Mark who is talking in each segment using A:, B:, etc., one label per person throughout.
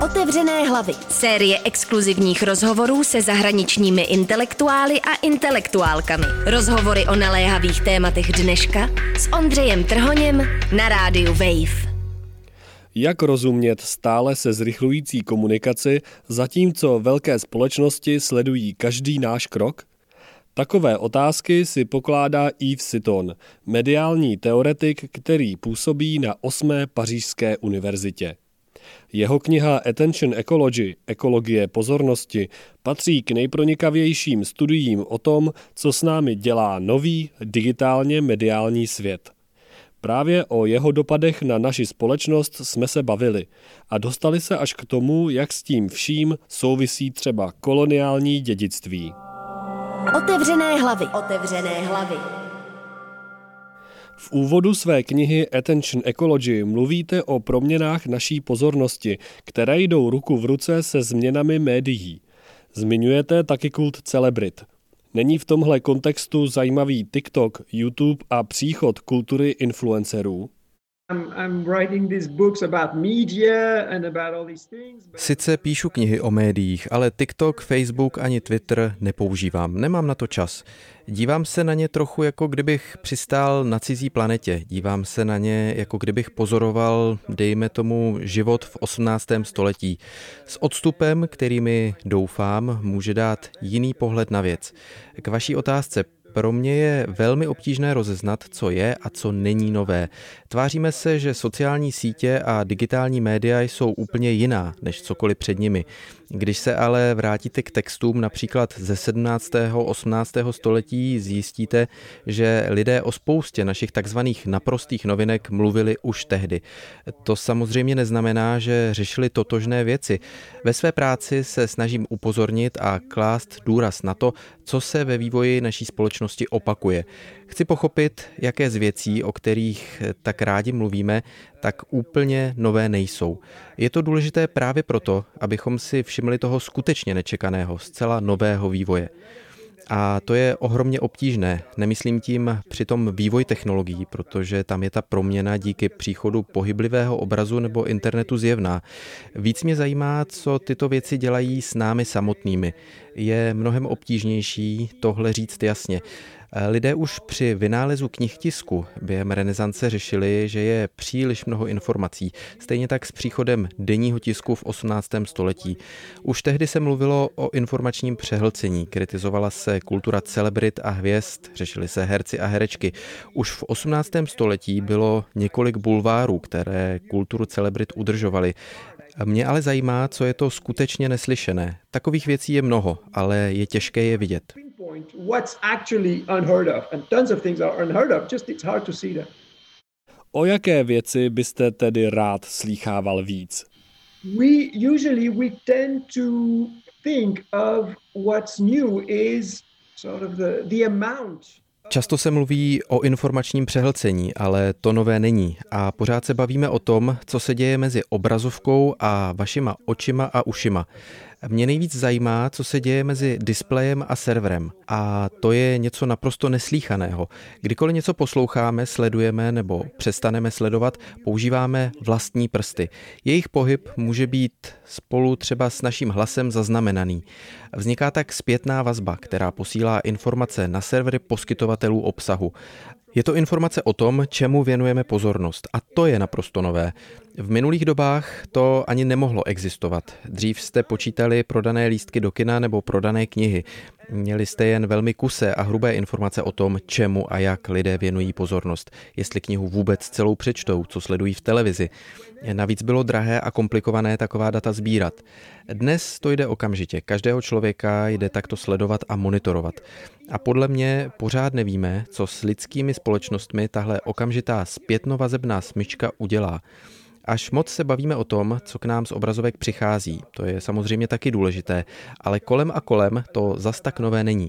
A: Otevřené hlavy. Série exkluzivních rozhovorů se zahraničními intelektuály a intelektuálkami. Rozhovory o naléhavých tématech dneška s Ondřejem Trhoněm na rádiu Wave.
B: Jak rozumět stále se zrychlující komunikaci, zatímco velké společnosti sledují každý náš krok? Takové otázky si pokládá Yves Citon, mediální teoretik, který působí na 8. Pařížské univerzitě. Jeho kniha Attention Ecology, ekologie pozornosti, patří k nejpronikavějším studiím o tom, co s námi dělá nový, digitálně mediální svět. Právě o jeho dopadech na naši společnost jsme se bavili a dostali se až k tomu, jak s tím vším souvisí třeba koloniální dědictví.
A: Otevřené hlavy. Otevřené hlavy.
B: V úvodu své knihy Attention Ecology mluvíte o proměnách naší pozornosti, které jdou ruku v ruce se změnami médií. Zmiňujete taky kult celebrit. Není v tomhle kontextu zajímavý TikTok, YouTube a příchod kultury influencerů?
C: Sice píšu knihy o médiích, ale TikTok, Facebook ani Twitter nepoužívám. Nemám na to čas. Dívám se na ně trochu, jako kdybych přistál na cizí planetě. Dívám se na ně, jako kdybych pozoroval, dejme tomu, život v 18. století. S odstupem, který mi, doufám, může dát jiný pohled na věc. K vaší otázce. Pro mě je velmi obtížné rozeznat, co je a co není nové. Tváříme se, že sociální sítě a digitální média jsou úplně jiná než cokoliv před nimi. Když se ale vrátíte k textům například ze 17. 18. století, zjistíte, že lidé o spoustě našich takzvaných naprostých novinek mluvili už tehdy. To samozřejmě neznamená, že řešili totožné věci. Ve své práci se snažím upozornit a klást důraz na to, co se ve vývoji naší společnosti opakuje. Chci pochopit, jaké z věcí, o kterých tak rádi mluvíme, tak úplně nové nejsou. Je to důležité právě proto, abychom si všimli toho skutečně nečekaného, zcela nového vývoje. A to je ohromně obtížné. Nemyslím tím přitom vývoj technologií, protože tam je ta proměna díky příchodu pohyblivého obrazu nebo internetu zjevná. Víc mě zajímá, co tyto věci dělají s námi samotnými. Je mnohem obtížnější tohle říct jasně. Lidé už při vynálezu knihtisku během renesance řešili, že je příliš mnoho informací. Stejně tak s příchodem denního tisku v 18. století. Už tehdy se mluvilo o informačním přehlcení, kritizovala se kultura celebrit a hvězd, řešili se herci a herečky. Už v 18. století bylo několik bulvárů, které kulturu celebrit udržovaly. Mě ale zajímá, co je to skutečně neslyšené. Takových věcí je mnoho, ale je těžké je vidět.
B: O jaké věci byste tedy rád slýchával víc?
D: We tend to think of what's new is sort of the amount.
C: Často se mluví o informačním přehlcení, ale to nové není. A pořád se bavíme o tom, co se děje mezi obrazovkou a vašima očima a ušima. Mě nejvíc zajímá, co se děje mezi displejem a serverem. A to je něco naprosto neslýchaného. Kdykoliv něco posloucháme, sledujeme nebo přestaneme sledovat, používáme vlastní prsty. Jejich pohyb může být spolu třeba s naším hlasem zaznamenaný. Vzniká tak zpětná vazba, která posílá informace na servery poskytovatelů obsahu. Je to informace o tom, čemu věnujeme pozornost. A to je naprosto nové. V minulých dobách to ani nemohlo existovat. Dřív jste počítali prodané lístky do kina nebo prodané knihy. Měli jste jen velmi kusé a hrubé informace o tom, čemu a jak lidé věnují pozornost. Jestli knihu vůbec celou přečtou, co sledují v televizi. Navíc bylo drahé a komplikované taková data sbírat. Dnes to jde okamžitě. Každého člověka jde takto sledovat a monitorovat. A podle mě pořád nevíme, co s lidskými společnostmi tahle okamžitá zpětnovazebná smyčka udělá. Až moc se bavíme o tom, co k nám z obrazovek přichází. To je samozřejmě taky důležité, ale kolem a kolem to zas tak nové není.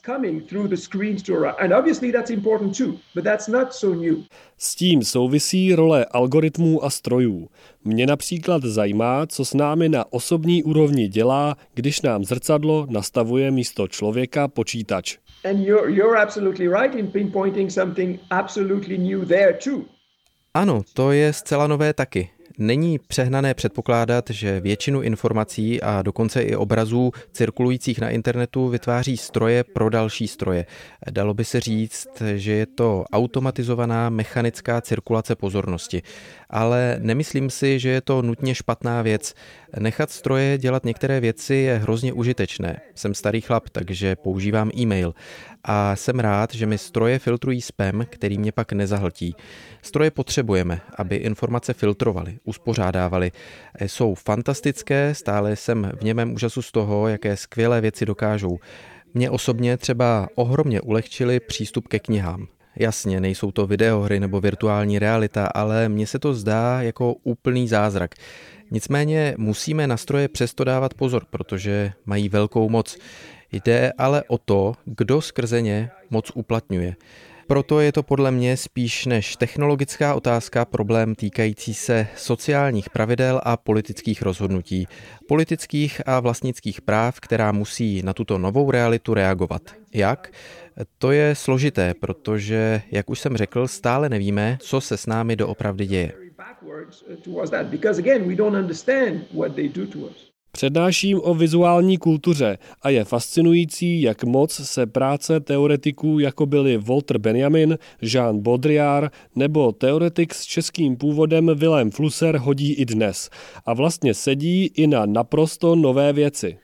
B: S tím souvisí role algoritmů a strojů. Mě například zajímá, co s námi na osobní úrovni dělá, když nám zrcadlo nastavuje místo člověka počítač.
C: Ano, to je zcela nové taky. Není přehnané předpokládat, že většinu informací a dokonce i obrazů cirkulujících na internetu vytváří stroje pro další stroje. Dalo by se říct, že je to automatizovaná mechanická cirkulace pozornosti. Ale nemyslím si, že je to nutně špatná věc. Nechat stroje dělat některé věci je hrozně užitečné. Jsem starý chlap, takže používám e-mail. A jsem rád, že mi stroje filtrují spam, který mě pak nezahltí. Stroje potřebujeme, aby informace filtrovaly, uspořádávaly. Jsou fantastické, stále jsem v němém úžasu z toho, jaké skvělé věci dokážou. Mě osobně třeba ohromně ulehčili přístup ke knihám. Jasně, nejsou to videohry nebo virtuální realita, ale mně se to zdá jako úplný zázrak. Nicméně musíme na stroje přesto dávat pozor, protože mají velkou moc. Jde ale o to, kdo skrze ně moc uplatňuje. Proto je to podle mě spíš než technologická otázka problém týkající se sociálních pravidel a politických rozhodnutí. Politických a vlastnických práv, která musí na tuto novou realitu reagovat. Jak? To je složité, protože, jak už jsem řekl, stále nevíme, co se s námi doopravdy děje.
B: Přednáším o vizuální kultuře a je fascinující, jak moc se práce teoretiků, jako byli Walter Benjamin, Jean Baudrillard nebo teoretik s českým původem Vilém Flusser hodí i dnes. A vlastně sedí i na naprosto nové věci.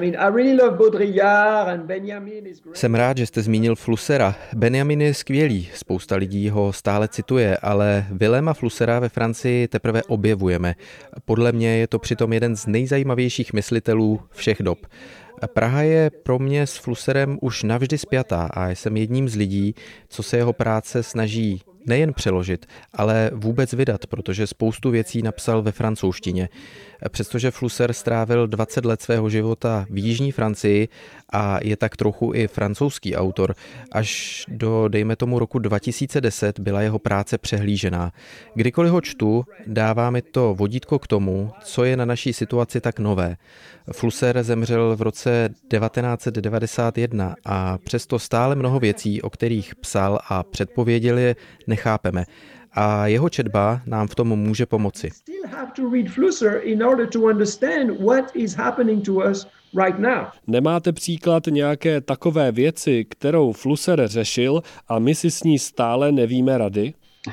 C: Jsem rád, že jste zmínil Flussera. Benjamin je skvělý, spousta lidí ho stále cituje, ale Viléma Flussera ve Francii teprve objevujeme. Podle mě je to přitom jeden z nejzajímavějších myslitelů všech dob. Praha je pro mě s Flusserem už navždy spjatá a jsem jedním z lidí, co se jeho práce snaží nejen přeložit, ale vůbec vydat, protože spoustu věcí napsal ve francouzštině. Přestože Flusser strávil 20 let svého života v jižní Francii a je tak trochu i francouzský autor, až do, dejme tomu, roku 2010 byla jeho práce přehlížená. Kdykoliv ho čtu, dává mi to vodítko k tomu, co je na naší situaci tak nové. Flusser zemřel v roce 1991 a přesto stále mnoho věcí, o kterých psal a předpověděl je, nechápeme. A jeho četba nám v tom může pomoci.
B: Nemáte příklad nějaké takové věci, kterou Flusser řešil a my si s ní stále nevíme rady?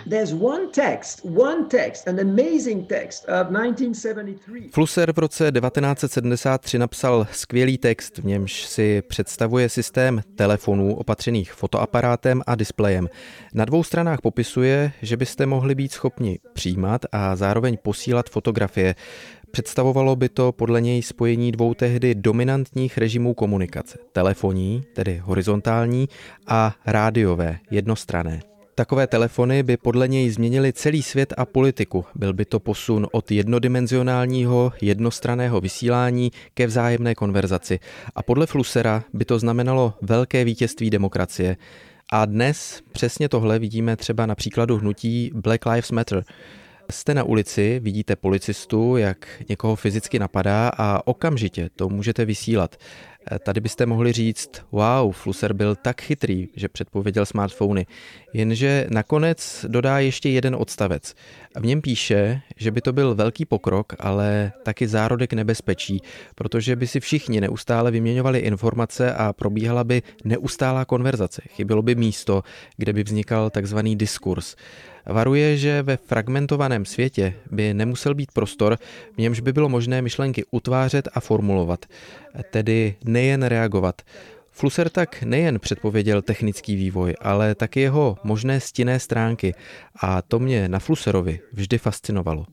C: Flusser v roce 1973 napsal skvělý text, v němž si představuje systém telefonů opatřených fotoaparátem a displejem. Na 2 stranách popisuje, že byste mohli být schopni přijímat a zároveň posílat fotografie. Představovalo by to podle něj spojení 2 tehdy dominantních režimů komunikace. Telefonní, tedy horizontální, a rádiové, jednostranné. Takové telefony by podle něj změnily celý svět a politiku. Byl by to posun od jednodimenzionálního, jednostranného vysílání ke vzájemné konverzaci. A podle Flussera by to znamenalo velké vítězství demokracie. A dnes přesně tohle vidíme třeba na příkladu hnutí Black Lives Matter. Jste na ulici, vidíte policistu, jak někoho fyzicky napadá a okamžitě to můžete vysílat. Tady byste mohli říct, wow, Flusser byl tak chytrý, že předpověděl smartfony. Jenže nakonec dodá ještě jeden odstavec. V něm píše, že by to byl velký pokrok, ale taky zárodek nebezpečí, protože by si všichni neustále vyměňovali informace a probíhala by neustálá konverzace. Chybělo by místo, kde by vznikal takzvaný diskurs. Varuje, že ve fragmentovaném světě by nemusel být prostor, v němž by bylo možné myšlenky utvářet a formulovat, tedy nejen reagovat. Flusser tak nejen předpověděl technický vývoj, ale taky jeho možné stinné stránky a to mě na Flusserovi vždy fascinovalo.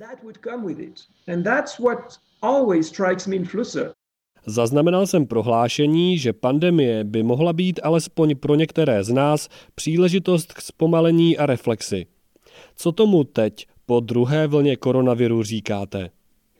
B: Zaznamenal jsem prohlášení, že pandemie by mohla být alespoň pro některé z nás příležitost k zpomalení a reflexi. Co tomu teď po druhé vlně koronaviru říkáte?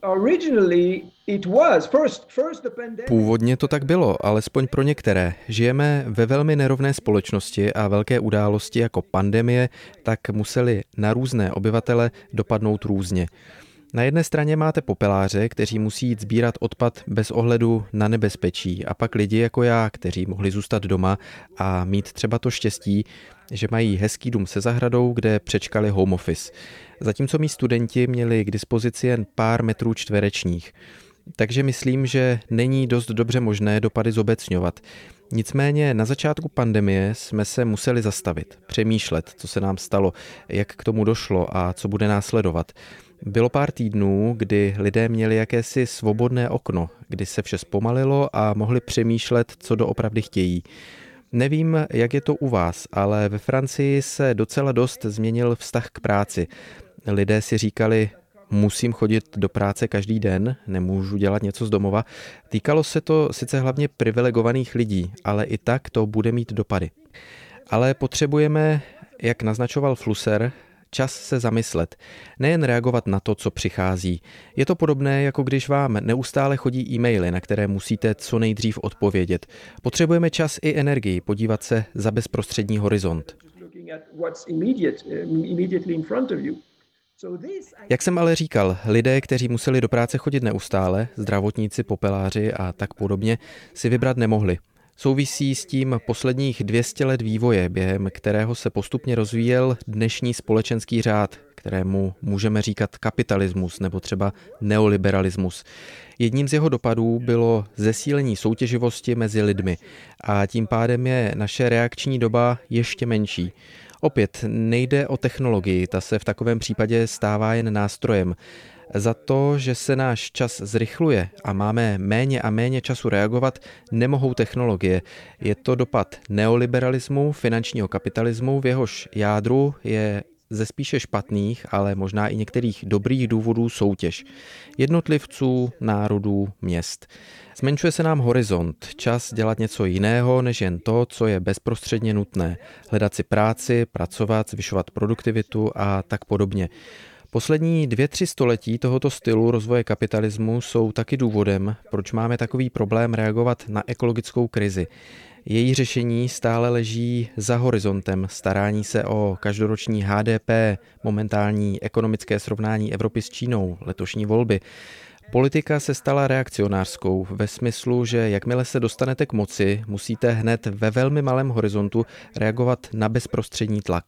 C: Původně to tak bylo, alespoň pro některé. Žijeme ve velmi nerovné společnosti a velké události jako pandemie tak museli na různé obyvatele dopadnout různě. Na jedné straně máte popeláře, kteří musí jít sbírat odpad bez ohledu na nebezpečí, a pak lidi jako já, kteří mohli zůstat doma a mít třeba to štěstí, že mají hezký dům se zahradou, kde přečkali home office. Zatímco mí studenti měli k dispozici jen pár metrů čtverečních. Takže myslím, že není dost dobře možné dopady zobecňovat. Nicméně na začátku pandemie jsme se museli zastavit, přemýšlet, co se nám stalo, jak k tomu došlo a co bude následovat. Bylo pár týdnů, kdy lidé měli jakési svobodné okno, kdy se vše zpomalilo a mohli přemýšlet, co doopravdy chtějí. Nevím, jak je to u vás, ale ve Francii se docela dost změnil vztah k práci. Lidé si říkali, musím chodit do práce každý den, nemůžu dělat něco z domova. Týkalo se to sice hlavně privilegovaných lidí, ale i tak to bude mít dopady. Ale potřebujeme, jak naznačoval Flusser, čas se zamyslet, nejen reagovat na to, co přichází. Je to podobné, jako když vám neustále chodí e-maily, na které musíte co nejdřív odpovědět. Potřebujeme čas i energii podívat se za bezprostřední horizont. Jak jsem ale říkal, lidé, kteří museli do práce chodit neustále, zdravotníci, popeláři a tak podobně, si vybrat nemohli. Souvisí s tím posledních 200 let vývoje, během kterého se postupně rozvíjel dnešní společenský řád, kterému můžeme říkat kapitalismus nebo třeba neoliberalismus. Jedním z jeho dopadů bylo zesílení soutěživosti mezi lidmi a tím pádem je naše reakční doba ještě menší. Opět nejde o technologii, ta se v takovém případě stává jen nástrojem. Za to, že se náš čas zrychluje a máme méně a méně času reagovat, nemohou technologie. Je to dopad neoliberalismu, finančního kapitalismu, v jehož jádru je ze spíše špatných, ale možná i některých dobrých důvodů soutěž. Jednotlivců, národů, měst. Zmenšuje se nám horizont, čas dělat něco jiného, než jen to, co je bezprostředně nutné. Hledat si práci, pracovat, zvyšovat produktivitu a tak podobně. Poslední 2-3 století tohoto stylu rozvoje kapitalismu jsou taky důvodem, proč máme takový problém reagovat na ekologickou krizi. Její řešení stále leží za horizontem starání se o každoroční HDP, momentální ekonomické srovnání Evropy s Čínou, letošní volby. Politika se stala reakcionářskou ve smyslu, že jakmile se dostanete k moci, musíte hned ve velmi malém horizontu reagovat na bezprostřední tlak.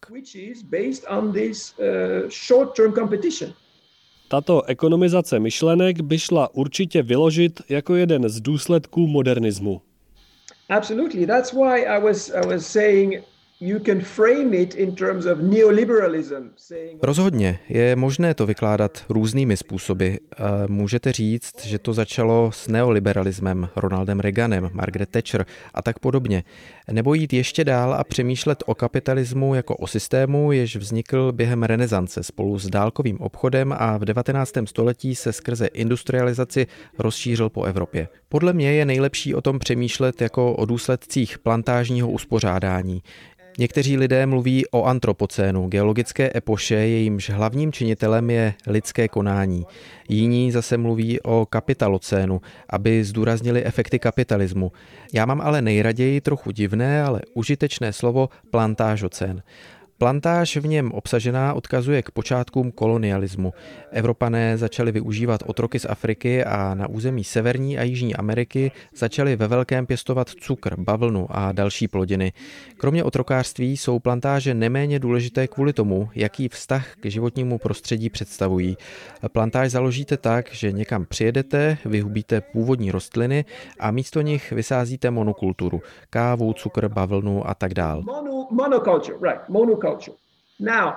B: Tato ekonomizace myšlenek by šla určitě vyložit jako jeden z důsledků modernismu.
D: Absolutely. That's why I was saying you can frame it in terms of neoliberalism.
C: Rozhodně je možné to vykládat různými způsoby. Můžete říct, že to začalo s neoliberalismem, Ronaldem Reaganem, Margaret Thatcher a tak podobně. Nebo jít ještě dál a přemýšlet o kapitalismu jako o systému, jež vznikl během renesance spolu s dálkovým obchodem a v 19. století se skrze industrializaci rozšířil po Evropě. Podle mě je nejlepší o tom přemýšlet jako o důsledcích plantážního uspořádání. Někteří lidé mluví o antropocénu, geologické epoše, jejímž hlavním činitelem je lidské konání. Jiní zase mluví o kapitalocénu, aby zdůraznili efekty kapitalismu. Já mám ale nejraději trochu divné, ale užitečné slovo plantážocén. Plantáž v něm obsažená odkazuje k počátkům kolonialismu. Evropané začali využívat otroky z Afriky a na území Severní a Jižní Ameriky začali ve velkém pěstovat cukr, bavlnu a další plodiny. Kromě otrokářství jsou plantáže neméně důležité kvůli tomu, jaký vztah k životnímu prostředí představují. Plantáž založíte tak, že někam přijedete, vyhubíte původní rostliny a místo nich vysázíte monokulturu, kávu, cukr, bavlnu a tak dál.
D: Monoculture, right, monoculture. Now,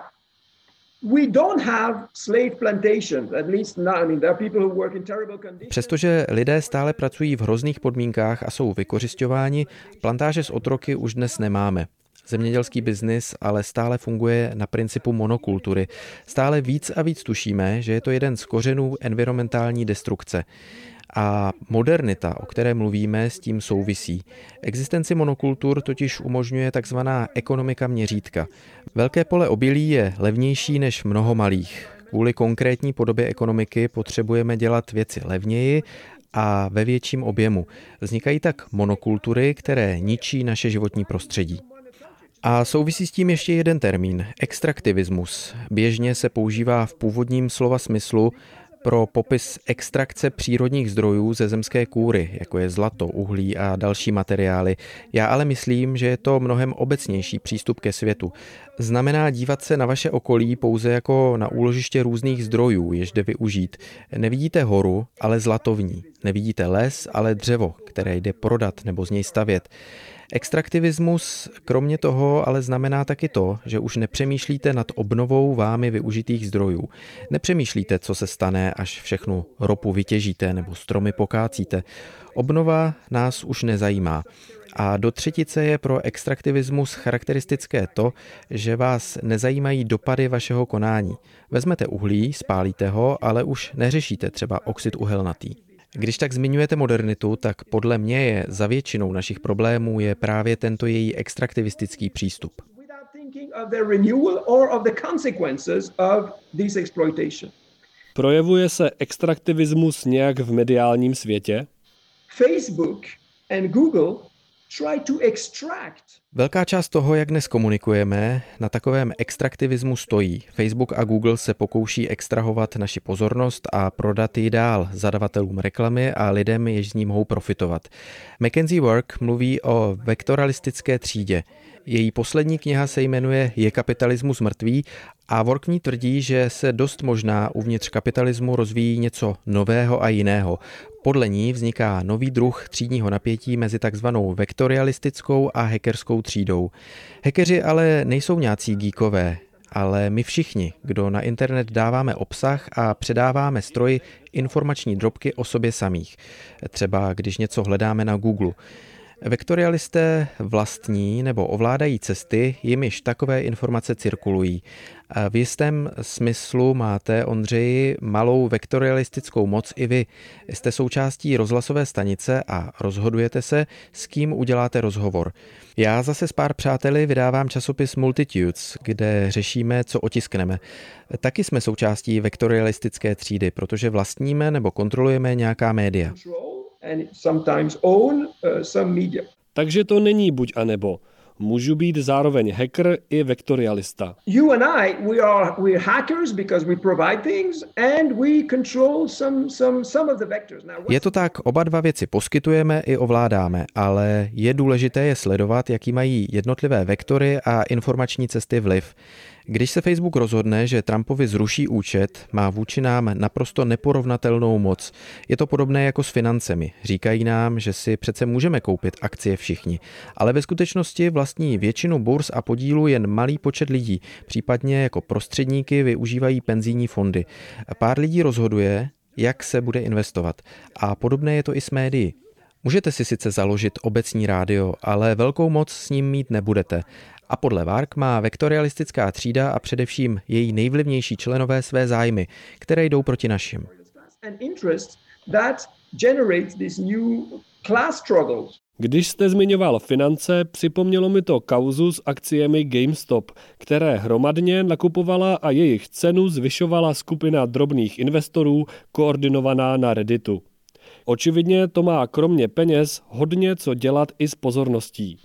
D: we don't have slave plantations, at least not. I mean, there are people who work in terrible conditions.
C: Přestože lidé stále pracují v hrozných podmínkách a jsou vykořisťováni, plantáže s otroky už dnes nemáme. Zemědělský biznis ale stále funguje na principu monokultury. Stále víc a víc tušíme, že je to jeden z kořenů environmentální destrukce. A modernita, o které mluvíme, s tím souvisí. Existenci monokultur totiž umožňuje takzvaná ekonomika měřítka. Velké pole obilí je levnější než mnoho malých. Kvůli konkrétní podobě ekonomiky potřebujeme dělat věci levněji a ve větším objemu. Vznikají tak monokultury, které ničí naše životní prostředí. A souvisí s tím ještě jeden termín, extraktivismus. Běžně se používá v původním slova smyslu pro popis extrakce přírodních zdrojů ze zemské kůry, jako je zlato, uhlí a další materiály. Já ale myslím, že je to mnohem obecnější přístup ke světu. Znamená dívat se na vaše okolí pouze jako na úložiště různých zdrojů, jež jde využít. Nevidíte horu, ale zlato v ní. Nevidíte les, ale dřevo, které jde prodat nebo z něj stavět. Extraktivismus kromě toho ale znamená taky to, že už nepřemýšlíte nad obnovou vámi využitých zdrojů. Nepřemýšlíte, co se stane, až všechnu ropu vytěžíte nebo stromy pokácíte. Obnova nás už nezajímá. A do třetice je pro extraktivismus charakteristické to, že vás nezajímají dopady vašeho konání. Vezmete uhlí, spálíte ho, ale už neřešíte třeba oxid uhelnatý. Když tak zmiňujete modernitu, tak podle mě je za většinou našich problémů je právě tento její extraktivistický přístup.
B: Projevuje se extraktivismus nějak v mediálním světě?
D: Facebook and Google try to extract.
C: Velká část toho, jak dnes komunikujeme, na takovém extraktivismu stojí. Facebook a Google se pokouší extrahovat naši pozornost a prodat ji dál zadavatelům reklamy a lidem, jež z ní mohou profitovat. McKinsey Work mluví o vektoralistické třídě. Její poslední kniha se jmenuje Je kapitalismus mrtvý a Work v ní tvrdí, že se dost možná uvnitř kapitalismu rozvíjí něco nového a jiného. Podle ní vzniká nový druh třídního napětí mezi takzvanou vektorialistickou a hackerskou třídou. Hackeři ale nejsou nějací geekové, ale my všichni, kdo na internet dáváme obsah a předáváme stroji informační drobky o sobě samých. Třeba když něco hledáme na Google. Vektorialisté vlastní nebo ovládají cesty, jimiž takové informace cirkulují. V jistém smyslu máte, Ondřeji, malou vektorialistickou moc i vy. Jste součástí rozhlasové stanice a rozhodujete se, s kým uděláte rozhovor. Já zase s pár přáteli vydávám časopis Multitudes, kde řešíme, co otiskneme. Taky jsme součástí vektorialistické třídy, protože vlastníme nebo kontrolujeme nějaká média.
B: Takže to není buď a nebo. Můžu být zároveň hacker i vektorialista.
D: You and I, we're hackers because we provide things and we control some of the vectors.
C: Je to tak, oba dva věci poskytujeme i ovládáme, ale je důležité je sledovat, jaký mají jednotlivé vektory a informační cesty vliv. Když se Facebook rozhodne, že Trumpovi zruší účet, má vůči nám naprosto neporovnatelnou moc. Je to podobné jako s financemi. Říkají nám, že si přece můžeme koupit akcie všichni, ale ve skutečnosti vlastní většinu burz a podílů jen malý počet lidí, případně jako prostředníky využívají penzijní fondy. Pár lidí rozhoduje, jak se bude investovat. A podobné je to i s médií. Můžete si sice založit obecní rádio, ale velkou moc s ním mít nebudete. A podle Vark má vektorialistická třída a především její nejvlivnější členové své zájmy, které jdou proti našim.
B: Když jste zmiňoval finance, připomnělo mi to kauzu s akciemi GameStop, které hromadně nakupovala a jejich cenu zvyšovala skupina drobných investorů koordinovaná na Redditu. Očividně to má kromě peněz hodně co dělat i s pozorností.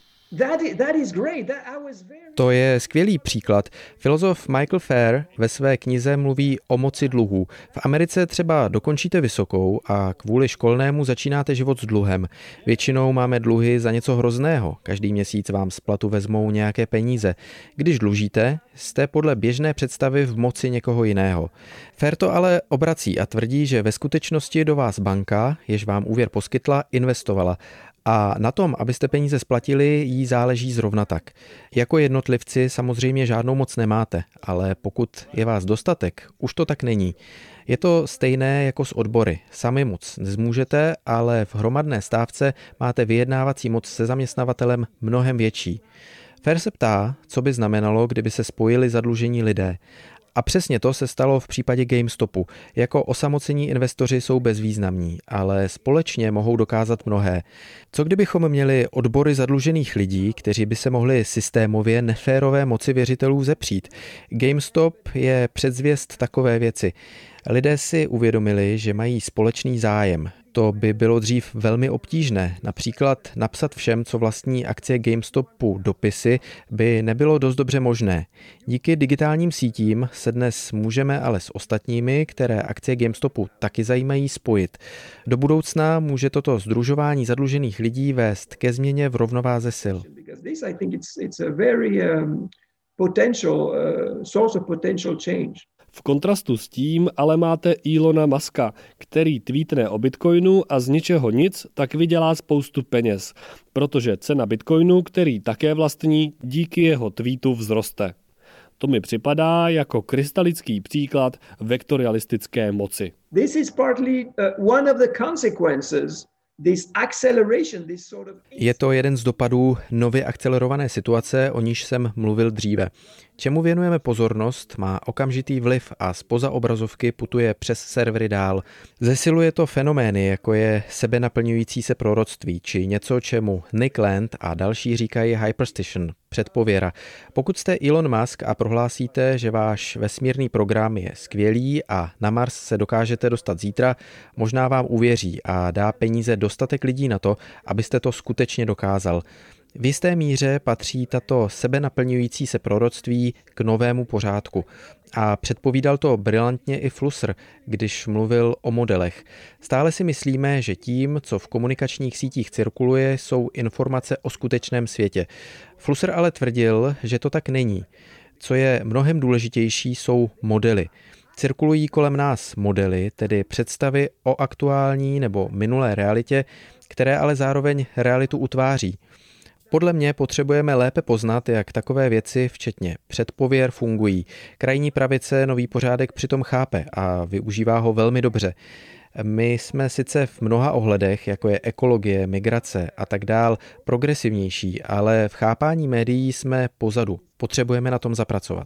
C: To je skvělý příklad. Filozof Michael Fair ve své knize mluví o moci dluhů. V Americe třeba dokončíte vysokou a kvůli školnému začínáte život s dluhem. Většinou máme dluhy za něco hrozného. Každý měsíc vám z platu vezmou nějaké peníze. Když dlužíte, jste podle běžné představy v moci někoho jiného. Fair to ale obrací a tvrdí, že ve skutečnosti do vás banka, jež vám úvěr poskytla, investovala. A na tom, abyste peníze splatili, jí záleží zrovna tak. Jako jednotlivci samozřejmě žádnou moc nemáte, ale pokud je vás dostatek, už to tak není. Je to stejné jako s odbory. Sami moc nezmůžete, ale v hromadné stávce máte vyjednávací moc se zaměstnavatelem mnohem větší. Fair se ptá, co by znamenalo, kdyby se spojili zadlužení lidé. A přesně to se stalo v případě GameStopu. Jako osamocení investoři jsou bezvýznamní, ale společně mohou dokázat mnohé. Co kdybychom měli odbory zadlužených lidí, kteří by se mohli systémově neférové moci věřitelů zepřít? GameStop je předzvěst takové věci. Lidé si uvědomili, že mají společný zájem, To by bylo dřív velmi obtížné. Například napsat všem, co vlastní akcie GameStopu, dopisy by nebylo dost dobře možné. Díky digitálním sítím se dnes můžeme ale s ostatními, které akcie GameStopu taky zajímají, spojit. Do budoucna může toto sdružování zadlužených lidí vést ke změně v rovnováze sil.
B: V kontrastu s tím ale máte Elona Muska, který tweetne o Bitcoinu a z ničeho nic tak vydělá spoustu peněz, protože cena Bitcoinu, který také vlastní, díky jeho tweetu vzroste. To mi připadá jako krystalický příklad vektorialistické moci.
D: This is partly one of the consequences.
C: Je to jeden z dopadů nově akcelerované situace, o níž jsem mluvil dříve. Čemu věnujeme pozornost, má okamžitý vliv a zpoza obrazovky putuje přes servery dál. Zesiluje to fenomény, jako je sebenaplňující se proroctví, či něco, čemu Nick Land a další říkají hyperstition, předpověra. Pokud jste Elon Musk a prohlásíte, že váš vesmírný program je skvělý a na Mars se dokážete dostat zítra, možná vám uvěří a dá peníze dostatek lidí na to, abyste to skutečně dokázal. V jisté míře patří tato sebenaplňující se proroctví k novému pořádku. A předpovídal to brilantně i Flusser, když mluvil o modelech. Stále si myslíme, že tím, co v komunikačních sítích cirkuluje, jsou informace o skutečném světě. Flusser ale tvrdil, že to tak není. Co je mnohem důležitější, jsou modely. Cirkulují kolem nás modely, tedy představy o aktuální nebo minulé realitě, které ale zároveň realitu utváří. Podle mě potřebujeme lépe poznat, jak takové věci, včetně předpověr, fungují. Krajní pravice nový pořádek přitom chápe a využívá ho velmi dobře. My jsme sice v mnoha ohledech, jako je ekologie, migrace a tak dál, progresivnější, ale v chápání médií jsme pozadu. Potřebujeme na tom zapracovat.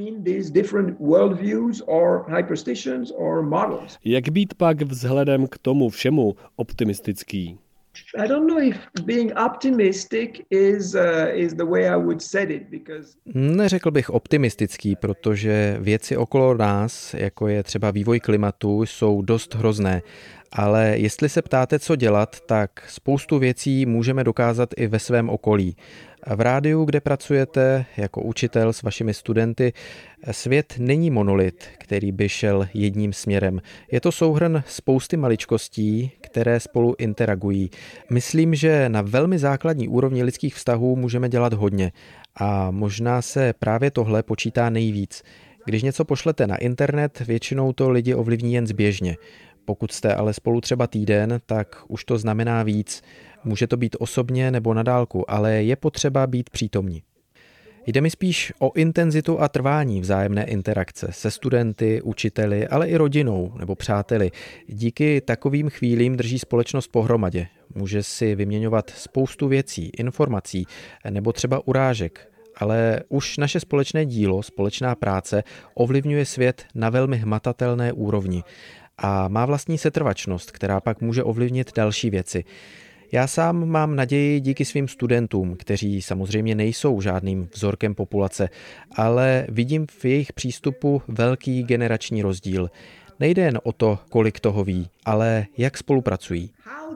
B: Jak být pak vzhledem k tomu všemu optimistický?
D: I don't know if being optimistic is the way I would say it, because...
C: Neřekl bych optimistický, protože věci okolo nás, jako je třeba vývoj klimatu, jsou dost hrozné. Ale jestli se ptáte, co dělat, tak spoustu věcí můžeme dokázat i ve svém okolí. V rádiu, kde pracujete jako učitel s vašimi studenty, svět není monolit, který by šel jedním směrem. Je to souhrn spousty maličkostí, které spolu interagují. Myslím, že na velmi základní úrovni lidských vztahů můžeme dělat hodně a možná se právě tohle počítá nejvíc. Když něco pošlete na internet, většinou to lidi ovlivní jen zběžně. Pokud jste ale spolu třeba týden, tak už to znamená víc. Může to být osobně nebo na dálku, ale je potřeba být přítomní. Jde mi spíš o intenzitu a trvání vzájemné interakce se studenty, učiteli, ale i rodinou nebo přáteli. Díky takovým chvílím drží společnost pohromadě. Může si vyměňovat spoustu věcí, informací nebo třeba urážek. Ale už naše společné dílo, společná práce ovlivňuje svět na velmi hmatatelné úrovni a má vlastní setrvačnost, která pak může ovlivnit další věci. Já sám mám naději díky svým studentům, kteří samozřejmě nejsou žádným vzorkem populace, ale vidím v jejich přístupu velký generační rozdíl. Nejde jen o to, kolik toho ví, ale jak spolupracují.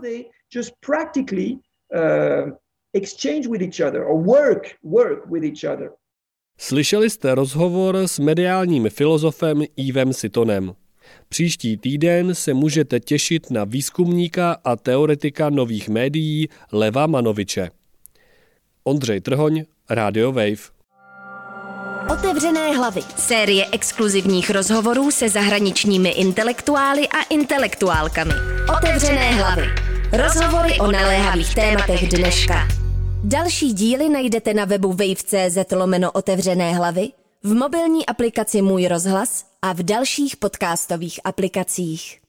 D: Exchange with each other or work with each other.
B: Slyšeli jste rozhovor s mediálním filozofem Yvem Sitonem. Příští týden se můžete těšit na výzkumníka a teoretika nových médií Leva Manoviče. Ondřej Trhoň, Radio Wave.
A: Otevřené hlavy. Série exkluzivních rozhovorů se zahraničními intelektuály a intelektuálkami. Otevřené hlavy. Rozhovory o naléhavých tématech dneška. Další díly najdete na webu wave.cz/otevřené hlavy, v mobilní aplikaci Můj rozhlas a v dalších podcastových aplikacích.